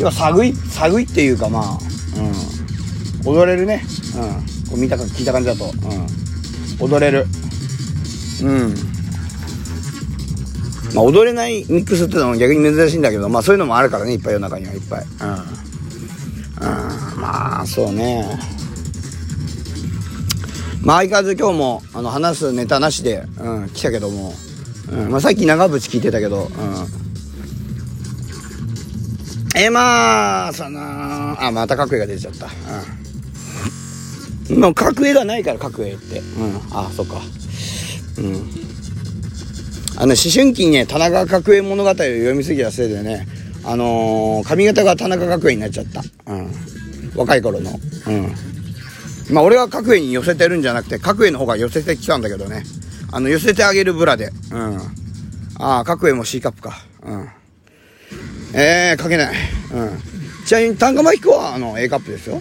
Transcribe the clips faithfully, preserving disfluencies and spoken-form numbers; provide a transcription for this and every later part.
今探い探いっていうか、まあ、うん、踊れるね。うん、こう見たか聞いた感じだと、うん、踊れる。うん。まあ踊れないミックスっていうのも逆に珍しいんだけど、まあそういうのもあるからね、いっぱい世の中にはいっぱい。うん。うん、まあそうね。まあ相変わらず今日もあの話すネタなしで、うん、来たけども、うん、まあさっき長渕聞いてたけど、うん。えー、まあそのあまた角栄が出ちゃった。うん。もう角栄がないから角栄って。うん。あそっか。うん。あの思春期にね田中角栄物語を読みすぎたせいでね、あのー、髪型が田中角栄になっちゃった。うん。若い頃の。うん。まあ俺は角栄に寄せてるんじゃなくて角栄の方が寄せてきたんだけどね。あの寄せてあげるブラで。うん。ああ角栄も C カップか。うん。えー、書けない。うん。ちなみに田中真紀子はあの A カップですよ。うん。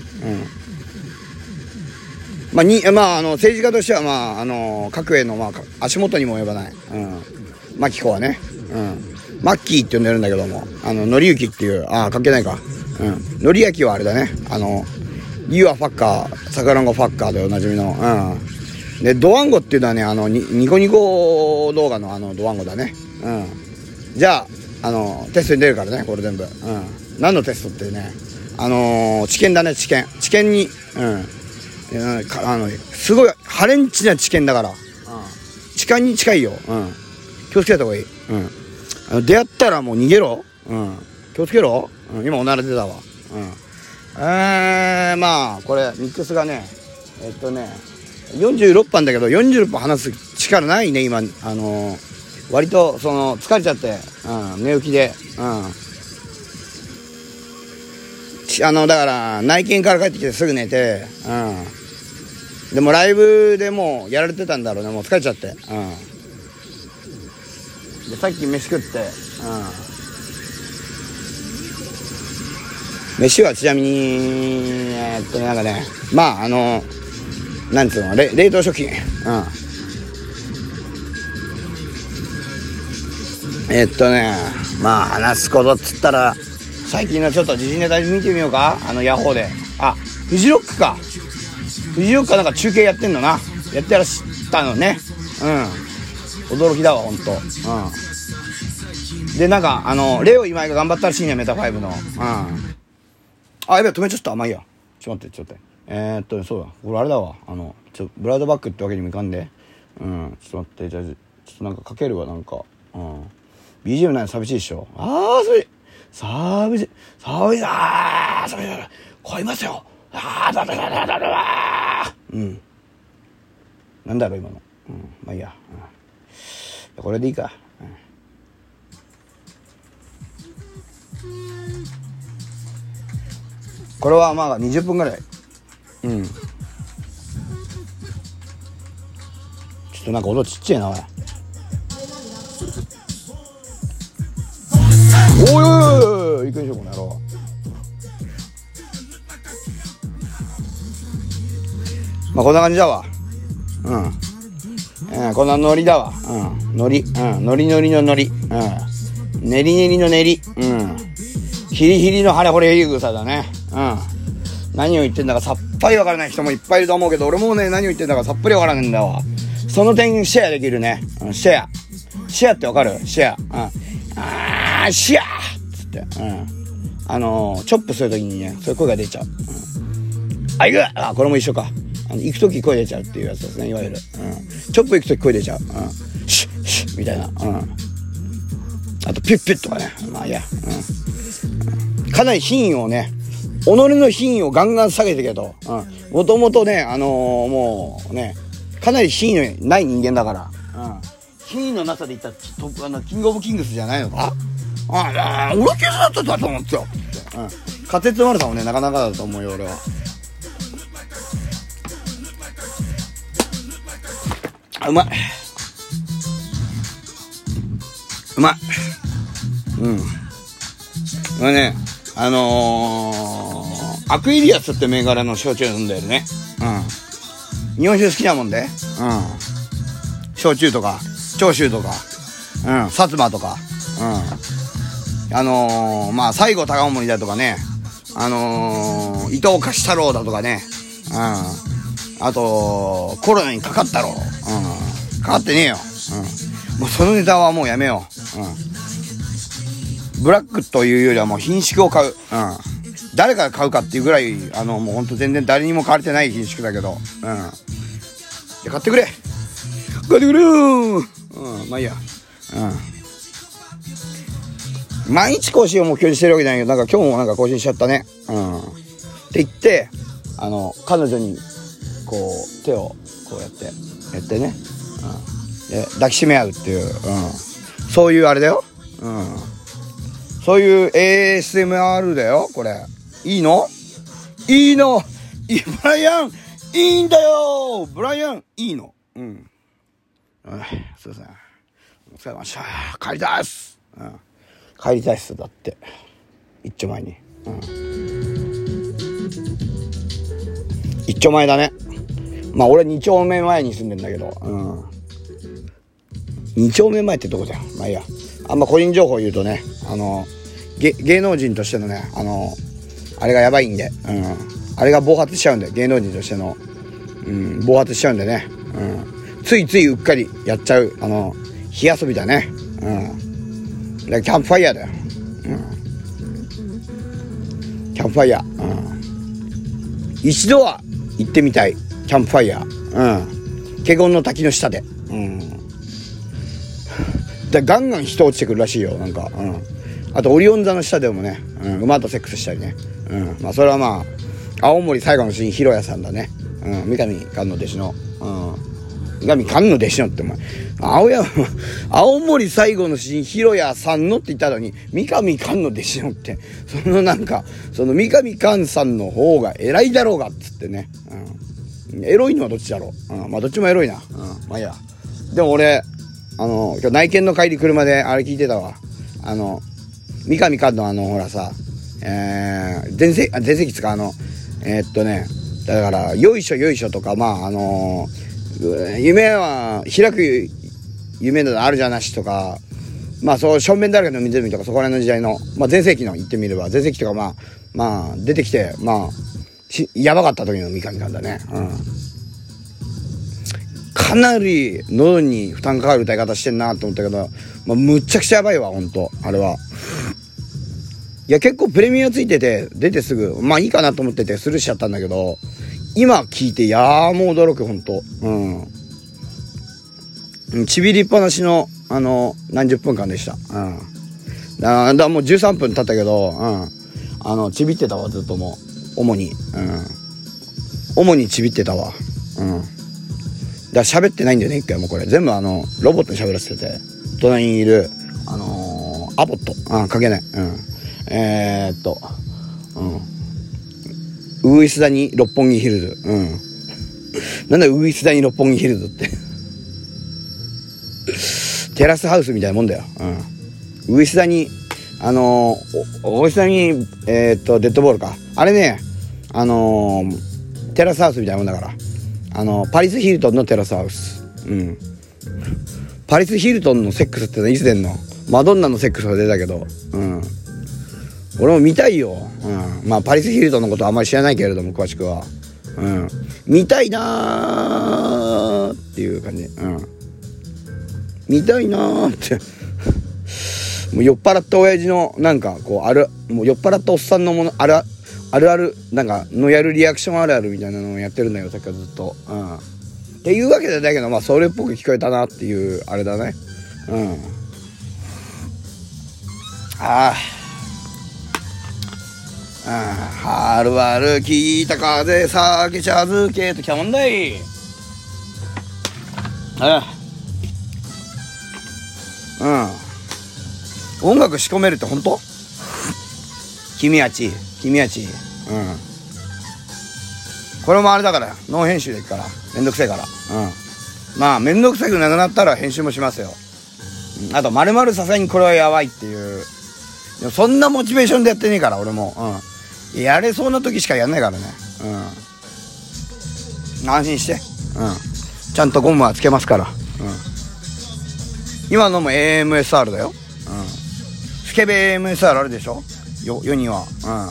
まあにまああの政治家としてはまああの角栄のまあ足元にも及ばない。うん。真紀子はね。うん。マッキーって呼んでるんだけども、あののりゆきっていうああ関係ないか。うん。のりやきはあれだね。あの。You are ファッカー、サカランゴファッカーでおなじみの、うん。で、ドワンゴっていうのはね、あの、ニ, ニコニコ動画のあの、ドワンゴだね。うん。じゃあ、あの、テストに出るからね、これ全部。うん。何のテストってね、あのー、知見だね、知見。知見に、うん。あの、すごい、ハレンチな知見だから。うん。痴漢に近いよ。うん。気をつけた方がいい。うん。あの出会ったらもう逃げろ。うん。気をつけろ。うん。今おなら出たわ。うん。えー、まあこれミックスがねえっとねよんじゅうろっぱんだけどよんじゅうろっぱん話す力ないね今。あのー、割とその疲れちゃって、うん、寝起きで、うん、あのだから内見から帰ってきてすぐ寝て、うん、でもライブでもうやられてたんだろうね。もう疲れちゃって、うん、でさっき飯食って、うん飯はちなみに、えー、っとね、なんかね、まあ、あの、なんつうの、冷凍食品。うん。えー、っとね、まあ、話すことっつったら、最近のちょっと時事ネタ見てみようか。あの、ヤホーで。あ、フジロックか。フジロックかなんか中継やってんのな。やってらしたのね。うん。驚きだわ、ほんと。うん。で、なんか、あの、レオ今井が頑張ったらしいね、メタファイブの。うん。あ、やべえ、止めちゃった。まあいいや。ちょっと待って、ちょっと待って。えー、っとね、そうだ。これあれだわ。あの、ちょ、ブラウドバックってわけにもいかんで。うん。ちょっと待って、じゃあ、ちょっとなんかかけるわ、なんか。うん。ビージーエム ないの寂しいでしょ。あー、それ、寂しい。寂しい。あー、寂しい。超えますよ。あー、だだだだだだー。うん。なんだろう、今の。うん。まあいいや。うん。これでいいか。うん。これはまあにじゅっぷんぐらい。うん。ちょっとなんか音ちっちゃいな、おい。おいおいおいおい、いくでしょこの野郎。まあこんな感じだわ。うん。えー、こんなノリだわ。うん。ノリ。うん。ノリノリのノリ。うん。練り練りの練り。うん。ヒリヒリのハレホレヒグサだね。うん。何を言ってんだかさっぱりわからない人もいっぱいいると思うけど、俺もね、何を言ってんだかさっぱりわからないんだわ。その点シェアできるね。うん、シェア。シェアってわかる？シェア。うん。あー、シェアつって。うん。あのー、チョップするときにね、そういう声が出ちゃう。うん。あ、行く！あ、これも一緒か。あの、行くとき声出ちゃうっていうやつですね、いわゆる。うん。チョップ行くとき声出ちゃう。うん。シュッ、シュッみたいな。うん。あと、ピュッピュッとかね。まあ、いや。うん。かなり品位をね、己の品位をガンガン下げてけど、うん。もともとね、あのー、もうね、かなり品位のない人間だから、うん。品位のなさで言ったら、あの、キングオブキングスじゃないのか？あ、まあ、俺は警察だったんだと思ってよ。うん。カテツマルさんもね、なかなかだと思うよ、俺は。あ、うまい。うまい。うん。これね、あのー、アクエリアスって銘柄の焼酎飲んでるね。うん。日本酒好きなもんで。うん。焼酎とか、長州とか、うん、薩摩とか、うん。 あのー、まあ西郷隆盛だとかね、あのー、伊藤貸太郎だとかね、うん、あとコロナにかかったろ、うん、かかってねえよ、うん、もうそのネタはもうやめよう、うん、ブラックというよりはもう品種を買う、うん、誰が買うかっていうぐらい、あのもうほんと全然誰にも買われてない品種だけど、うん、で買ってくれ買ってくれよ、うん、まあいいや、うん、毎日更新を目標にしてるわけじゃないけど、なんか今日もなんか更新しちゃったね、うん、って言ってあの彼女にこう手をこうやってやってね、うん、で抱きしめ合うっていう、うん、そういうあれだよ、うん、そういう エーエスエムアール だよこれ。いいのいいのいいブライアンいいんだよブライアンいいの、うん、うん、すいません、お疲れ様でした、帰りたいっす、うん、帰りたいっす、だって一丁前に、うん、一丁前だね。まあ俺二丁目前に住んでんだけど、うん、二丁目前ってとこだよ。まあいいや、あんま個人情報言うとね、あの芸, 芸能人としてのね、あのあれがやばいんで、うん、あれが暴発しちゃうんで、芸能人としての、うん、暴発しちゃうんでね、うん、ついついうっかりやっちゃう、あの火遊びだね、うん、キャンプファイヤーだよ、うん、キャンプファイヤー、うん、一度は行ってみたいキャンプファイヤー、うん、華厳の滝の下で、うん、でガンガン人落ちてくるらしいよ、なんか、うん、あとオリオン座の下でもね、うん、馬とセックスしたりね、うん、まあそれはまあ青森最後のシーン、ひろやさんだね、うん、三上寛の弟子の、うん、三上寛の弟子のってお前青山青森最後のシーン、ひろやさんのって言ったのに三上寛の弟子のって、そのなんかその三上寛さんの方が偉いだろうがっつってね、うん、エロいのはどっちだろう、うん、まあどっちもエロいな、うん、まあいいや。でも俺あの今日内見の帰り車であれ聞いてたわ、あの三上寛のあのほらさ、えー、全盛全盛期つかあのえー、っとねだからよいしょよいしょとか、まああのー、夢は開く夢などあるじゃなしとか、まあそう正面だらけの湖とかそこら辺の時代の、まあ全盛期の言ってみれば全盛期とか、まあまあ出てきて、まあやばかった時の三上寛だね、うん、かなり喉に負担かかる歌い方してんなと思ったけど、まあ、むっちゃくちゃやばいわほんとあれは。いや結構プレミアついてて出てすぐまあいいかなと思っててスルーしちゃったんだけど、今聞いていやーもう驚くほんと、うん、ちびりっぱなしのあの何十分間でした、うん、だからもうじゅうさんぷん経ったけど、うん、あのちびってたわずっともう主に、うん、主にちびってたわ、うん、だから喋ってないんだよね一回もこれ全部あのロボットに喋らせてて、隣にいるあのー、アボットあ関係ない、うんえー、っと、うん、ウグイス谷六本木ヒルズ、うん、なんだウグイス谷六本木ヒルズってテラスハウスみたいなもんだよ、うん、ウグイス谷あのー、ウグイス谷えー、っとデッドボールかあれね、あのー、テラスハウスみたいなもんだから、あのー、パリスヒルトンのテラスハウス、うん、パリスヒルトンのセックスってのいつ出んの？マドンナのセックスが出たけど、うん俺も見たいよ、うん、まあパリス・ヒルトンのことはあんまり知らないけれども詳しくは、うん、見たいなーっていう感じ、うん、見たいなーってもう酔っ払った親父のなんかこうあるもう酔っ払ったおっさんのものあるあるあるなんかのやるリアクションあるあるみたいなのをやってるんだよさっきからずっと、うん、っていうわけでだけどまあそれっぽく聞こえたなっていうあれだね、うんああはるばる北風酒茶漬けときたもんだい。ああうん音楽仕込めるって本当？君やち君やちうんこれもあれだからノー編集でいくからめんどくせえから、うんまあめんどくさくなくなったら編集もしますよ、うん、あと丸々さすがにこれはやばいっていうそんなモチベーションでやってねえから俺も、うん、やれそうな時しかやんないからね、うん、安心して、うん、ちゃんとゴムはつけますから、うん、今のも エーエムエスアール だよ、うん、 スケベ エムエスアール あるでしょ、よ世には。うん、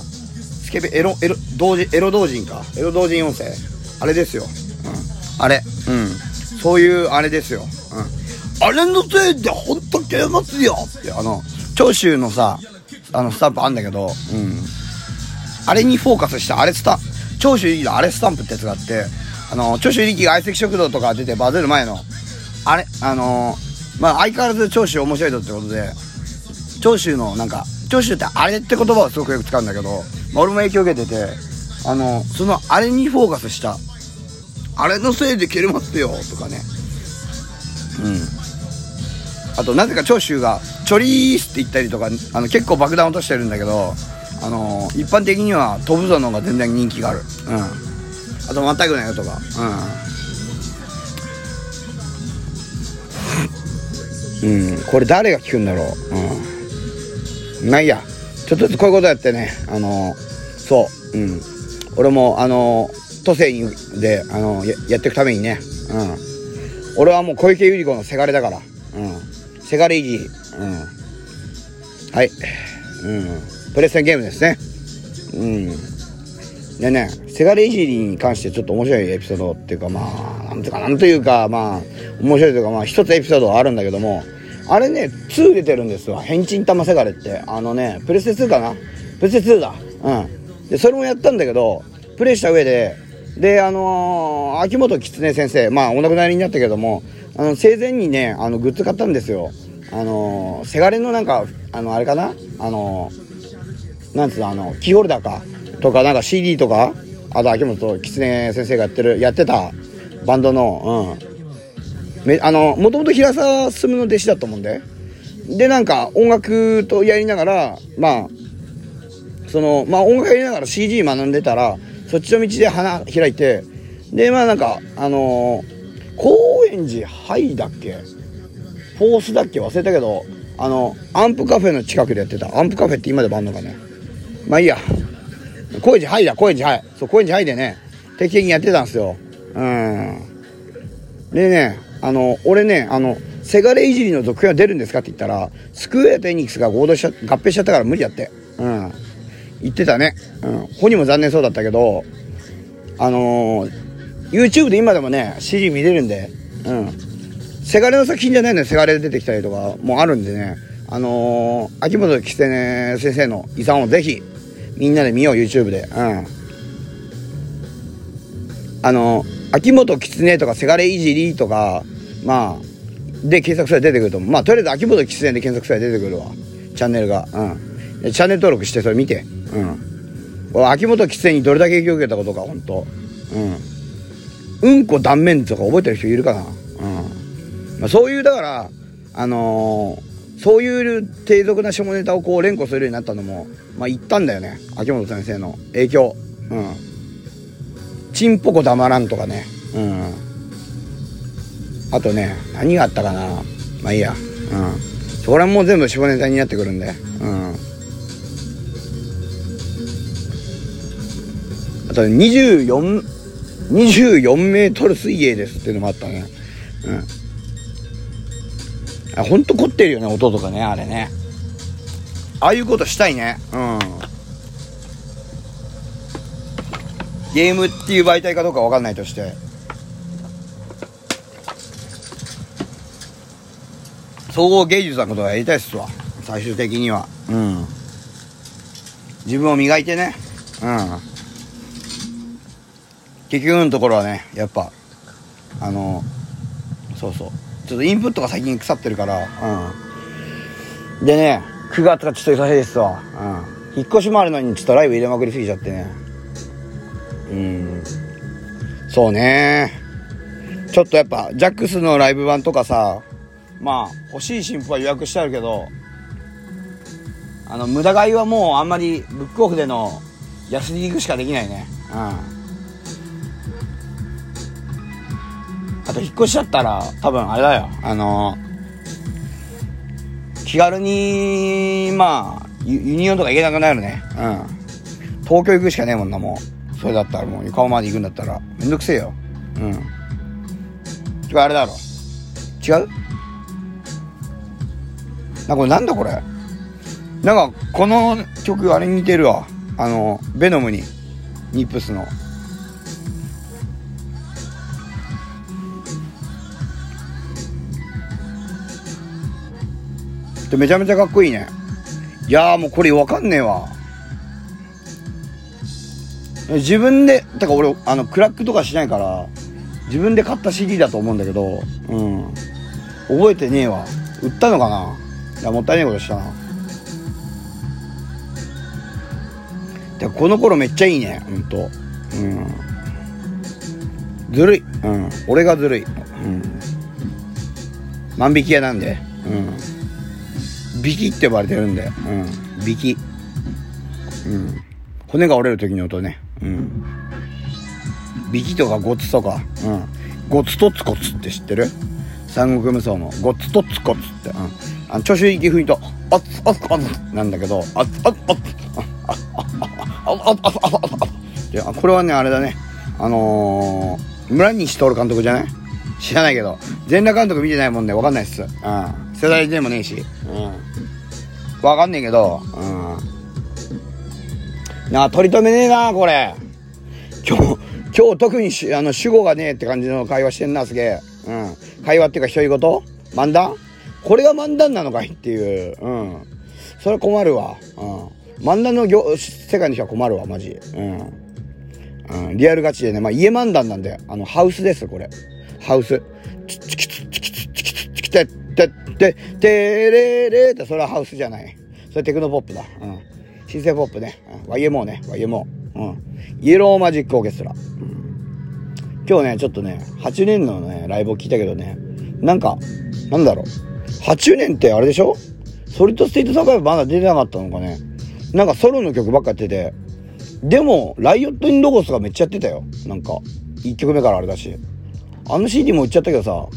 スケベエロエロ同時エロ同人か、エロ同人音声、あれですよ。うん、あれ、うん、そういうあれですよ。うん、あれのせいでほんと消えますよって、あの長州のさ、あのスタンプあんだけど、うん、あれにフォーカスしたあれスタ長州力のあれスタンプってやつがあって、あの長州力が相席食堂とか出てバズる前のあれ、あのー、まあ相変わらず長州面白いぞってことで、長州のなんか長州ってあれって言葉をすごくよく使うんだけど、まあ、俺も影響を受けてて、あのそのあれにフォーカスしたあれのせいで蹴れますよとかね。うん、あとなぜか長州がチョリースって言ったりとか、あの結構爆弾落としてるんだけど、あのー、一般的には飛ぶぞの方が全然人気がある。うん、あと全くないよとか、うん、うん、これ誰が聞くんだろう。うん、まあいいや、ちょっとずつこういうことやってね、あのー、そう、うん、俺もあのー、都政で、あのー、や, やっていくためにね、うん、俺はもう小池百合子のせがれだから、うん、せがれいじり、うん、はい、うん、プレステゲームですね。うん。でね、せがれいじりに関してちょっと面白いエピソードっていうか、まあ、なんとかなんというか、まあ、面白いというか、まあ、一つエピソードはあるんだけども、あれね、ツー出てるんですわ。変人玉せがれって。あのね、プレステツーかな？プレステツーだ。うん。で、それもやったんだけど、プレイした上で、で、あのー、秋元狐先生、まあ、お亡くなりになったけども、あの、生前にね、あの、グッズ買ったんですよ。あのー、せがれのなんか、あの、あれかな？あのー、なんつうの、あの、キーホルダーか。とか、なんか シーディー とか、あと秋元狐先生がやってる、やってたバンドの、うん。め、あの、もともと平沢進の弟子だと思うんで。で、なんか、音楽とやりながら、まあ、その、まあ、音楽やりながら シージー 学んでたら、そっちの道で花開いて、で、まあなんか、あのー、高円寺ハイだっけ？フォースだっけ？忘れたけど、あの、アンプカフェの近くでやってた。アンプカフェって今でもあんのかね。まあいいや。高円寺ハイだ、高円寺ハイ。そう、高円寺ハイでね、定期的にやってたんですよ。うん。でね、あの、俺ね、あの、せがれいじりの続編は出るんですかって言ったら、スクエアとエニックスが合同しちゃ、合併しちゃったから無理だって。うん。言ってたね。うん。本人も残念そうだったけど、あのー、YouTube で今でもね、シージー 見れるんで、うん。せがれの作品じゃないのにせがれで出てきたりとかもあるんでね、あのー、秋元狐先生の遺産をぜひ、みんなで見よう、YouTube で。うん。あのー、秋元狐とかせがれいじりとか、まあ、で検索すれば出てくると思う。まあ、とりあえず秋元狐で検索すれば出てくるわ。チャンネルが。うん。チャンネル登録してそれ見て。うん。俺、秋元狐にどれだけ影響を受けたことか、ほんと。うん。うんこ断面とか覚えてる人いるかな？うん。まあ、そういう、だから、あのー、そういう低俗な下ネタをこう連呼するようになったのも、まあ言ったんだよね。秋元先生の影響。うん。チンポコ黙らんとかね。うん。あとね、何があったかな。まあいいや。うん。そこらもう全部下ネタになってくるんで。うん。あとにじゅうよん、にじゅうよんメートル水泳ですっていうのもあったね。うん。ほんと凝ってるよね、音とかね、あれね。ああいうことしたいね。うん。ゲームっていう媒体かどうかわかんないとして。総合芸術なことがやりたいっすわ。最終的には。うん。自分を磨いてね。うん。結局のところはね、やっぱ、あの、そうそう。ちょっとインプットが最近腐ってるから、うん。でね、くがつがちょっと忙しいですわ。うん。引っ越しもあるのにちょっとライブ入れまくりすぎちゃってね。うん。そうね。ちょっとやっぱ、ジャックスのライブ版とかさ、まあ、欲しい新譜は予約してあるけど、あの、無駄買いはもうあんまりブックオフでの安値行くしかできないね。うん。あと引っ越しちゃったら多分あれだよ、あのー、気軽にまあユ, ユニオンとか行けなくなるね。うん。東京行くしかねえもんな、もう。それだったらもう横浜まで行くんだったらめんどくせえよ。うん。違う、あれだろ。違う？な、これなんだこれ。 なんかこの曲あれに似てるわ。あのベノムに、ニップスの。でめちゃめちゃかっこいいね。いやーもうこれわかんねえわ。自分でてか俺あのクラックとかしないから自分で買った シーディー だと思うんだけど、うん覚えてねえわ。売ったのかな。いやもったいねえことしたな。でこの頃めっちゃいいね、ほんと。うんずるい、うん俺がずるい、うん万引き屋なんで、うんビキって呼ばれてるんで、うんビキ、うん骨が折れる時の音ね、うんビキとかゴツとか、うんゴツトツコツって知ってる？三国無双のゴツトツコツって、うんあの長州力吹いとあっあっあっなんだけど、あっあっあっあっあっあっあっあっあっあっいやこれはねあれだね、あのー、村西徹監督じゃない？知らないけど全裸監督見てないもんで分かんないっす。うん世代でもねえし、うん分かんねえけど、うんなあ取り留めねえなこれ。今日今日特にしあの主語がねえって感じの会話してんな。すげえ、うん、会話っていうか独り言漫談、これが漫談なのかいっていう、うんそれ困るわ、うん、漫談の業世界の人は困るわマジ、うんうん、リアルガチでね、まあ家漫談なんであのハウスですこれ。ハウスチキツチキツチキツチキテッテッテテレレってそれはハウスじゃない。それテクノポップだ。うん。シンセポップね。うん、ワイエムオー ね。ワイエムオー。うん。イエローマジックオーケストラ。うん、今日ね、ちょっとね、はちねんのね、ライブを聞いたけどね、なんか、なんだろう。はちねんってあれでしょ？ソリッドステートサバイバーまだ出てなかったのかね。なんかソロの曲ばっかやってて。でも、ライオット・イン・ロゴスがめっちゃやってたよ。なんか、いっきょくめからあれだし。あの シーディー も売っちゃったけどさ、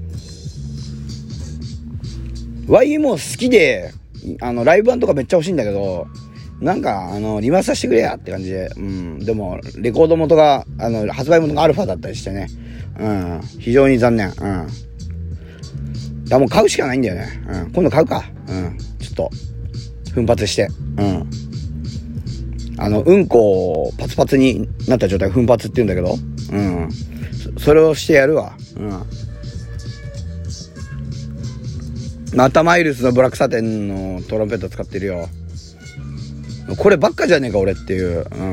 ワイエムオー 好きで、あの、ライブ版とかめっちゃ欲しいんだけど、なんか、あの、リマスターしてくれやって感じで、うん。でも、レコード元が、あの、発売元がアルファだったりしてね、うん。非常に残念、うん。だからもう買うしかないんだよね。うん。今度買うか。うん。ちょっと、奮発して、うん。あの、うんこパツパツになった状態、奮発って言うんだけど、うん。そ, それをしてやるわ。うん。またマイルスのブラックサテンのトランペット使ってるよ。こればっかじゃねえか俺っていう、うん、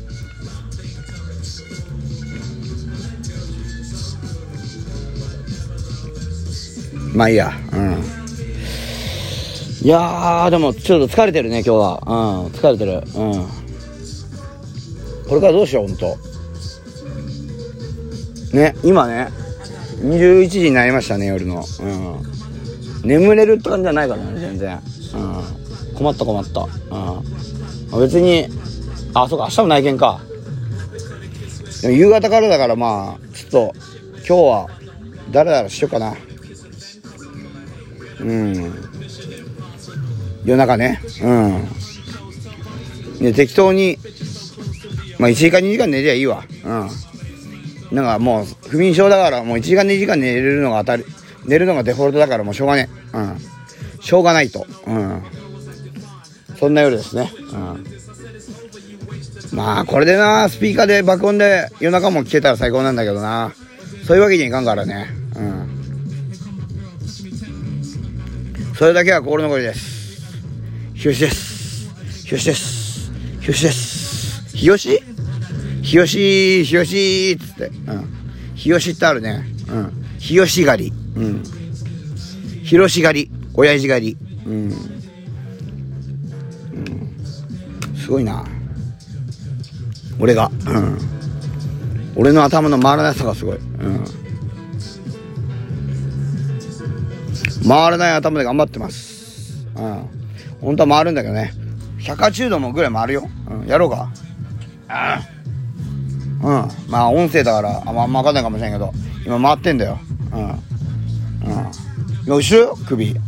まあいいや、うん、いやーでもちょっと疲れてるね今日は、うん、疲れてる、うん、これからどうしようほんとね。今ねにじゅういちじになりましたね夜の、うん、眠れるって感じじゃないからね全然、うん、困った困った、うん、別にあそうか明日も内見か。でも夕方からだからまあちょっと今日はだらだらしようかな。うん夜中ね、うんで適当にまあいちじかんにじかん寝りゃいいわ。うんなんかもう不眠症だからもういちじかんにじかん寝れるのが当たり寝るのがデフォルトだからもうしょうがねえ、うんしょうがないと、うんそんな夜ですね、うんまあこれでなスピーカーで爆音で夜中も聴けたら最高なんだけどな、そういうわけにいかんからね、うんそれだけは心残りです。日吉です日吉です日吉です日吉日吉日吉っつって、うん、日吉ってあるね、うん、日吉狩り、うん、広し狩り親父狩り、うん、うん、すごいな俺が、うん、俺の頭の回らないさがすごい、うん、回らない頭で頑張ってます、うん、本当は回るんだけどねひゃくはちじゅうどもぐらい回るよ、うん、やろうか。ああうん、まあ音声だからあんま分かんないかもしれんけど今回ってんだよ、うんうん、今後ろよ首、うん、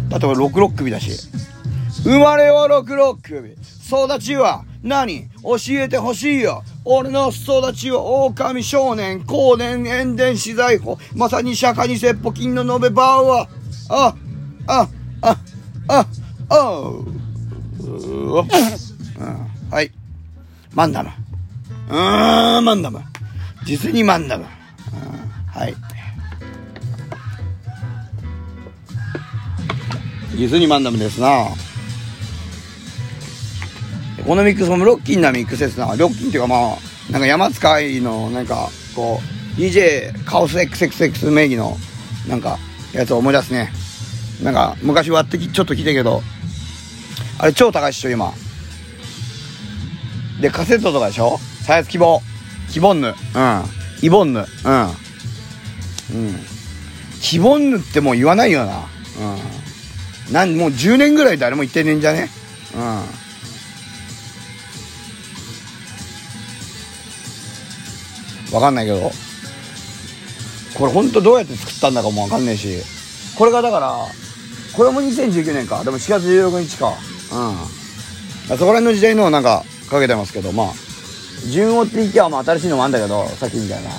だって俺ろくろく首だし生まれはろくろく首育ちは何教えてほしいよ俺の育ちは狼少年後年塩田資材法まさに釈迦に説法金の延べバーはああああおう。うーはい。マンダム。うーん、マンダム。実にマンダム。はい。実にマンダムですな。このミックスもロッキンなミックスですな。ロッキンっていうかまあ、なんか山使いのなんかこう、ディージェー カオス エックスエックスエックス 名義のなんかやつを思い出すね。なんか昔割ってきちょっと聞いたけど、あれ超高いっしょ今。でカセットとかでしょ。サイズ希望、キボンヌ、うん、イボンヌ、うん、うん、キボンヌってもう言わないよな。うん、なんもうじゅうねんぐらい誰も言ってねえんじゃね。うん。わかんないけど、これほんとどうやって作ったんだかもわかんねえし、これがだからこれもにせんじゅうきゅうねんか。でもしがつじゅうろくにちか。うん。そこら辺の時代のなんかかけてますけど、まあ順を追っていけばまあ新しいのもあるんだけど、さっきみたいな。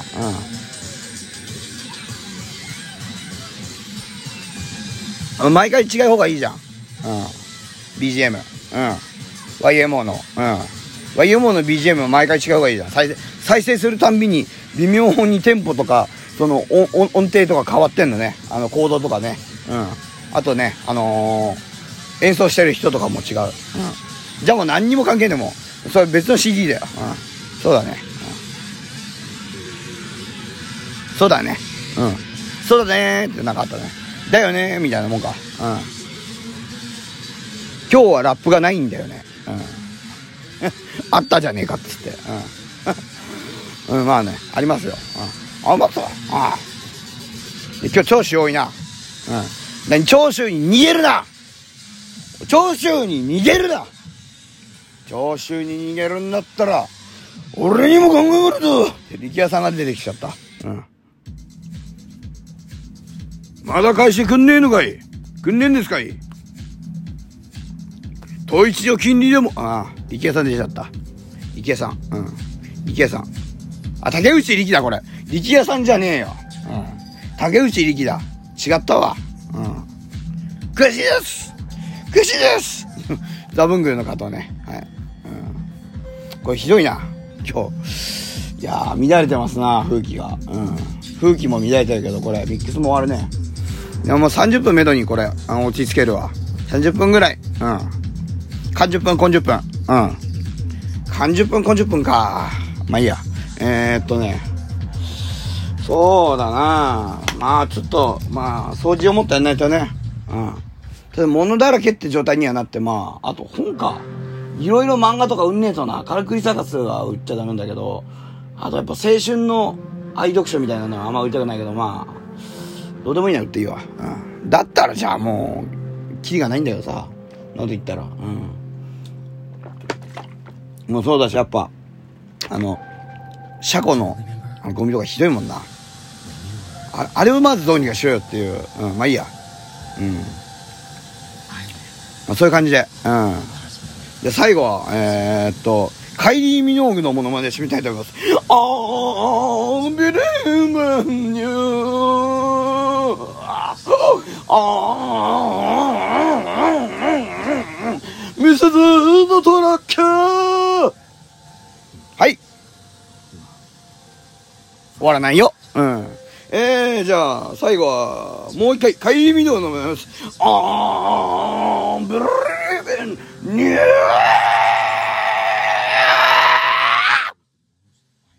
うん。毎回違う方がいいじゃん。うん。ビージーエム。うん。ワイエムオー の。うん。ワイエムオー の ビージーエム は毎回違う方がいいじゃん。再生、再生するたんびに微妙にテンポとか、その音、音程とか変わってんのね。あの、コードとかね。うん。あとね、あのー、演奏してる人とかも違う。うん。じゃあもう何にも関係ねえもん。それ別の シーディー だよ。うん。そうだね。うん、そうだね。うん。そうだねーってなんかあったね。だよねーみたいなもんか。うん。今日はラップがないんだよね。うん。あったじゃねえかっつって。うん。うん、まあね、ありますよ。うん。あ、また。ああ。今日聴取多いな。うん。何、聴取に逃げるな。聴取に逃げるな。聴取に逃げるんだったら俺にも考えがあるぞって力也さんが出てきちゃった。うん。まだ返してくんねえのかい。くんねえんですかい。統一上金利でも、ああ、力也さん出てきちゃった。力也さん。うん。力也さん。あ、竹内力だこれ。力也さんじゃねえよ。うん。竹内力だ。違ったわ。うん。悔しいです。悔しいです。ザブングルの方ね。はい。うん。これひどいな。今日。いやー、乱れてますな、風紀が。うん。風紀も乱れてるけど、これ、ミックスも終わるね。でももうさんじゅっぷんめどにこれ、あの、落ち着けるわ。さんじゅっぷんぐらい。うん。かんじゅっぷん、こんじゅっぷん。うん。かんじゅっぷん、こんじゅっぷんか。まあいいや。えー、っとね。そうだな。まあちょっと、まあ、掃除をもっとやんないとね。うん。ただ物だらけって状態にはなって、まあ、あと本か。いろいろ漫画とか売んねえとな。カラクリサーカスは売っちゃダメんだけど、あとやっぱ青春の愛読書みたいなのはあんま売りたくないけど、まあ、どうでもいいなら売っていいわ。うん。だったらじゃあもう、キリがないんだよさ。なんて言ったら。うん。もうそうだし、やっぱ、あの、車庫のあのゴミとかひどいもんな。あ, あれをまずどうにかしようよっていう。うん、まあいいや。うん。まあ、そういう感じで。うん。で、最後は、えー、っと、カイリー・ミノーグのものまねしてみたいと思います。あー、ビリーマンニュー。あー、ミセスのトラッキャー。はい。終わらないよ。うん。えー、じゃあ、最後は、もう一回、カイリー・ミノーグのものまねです。あー、ビリーマンニュー。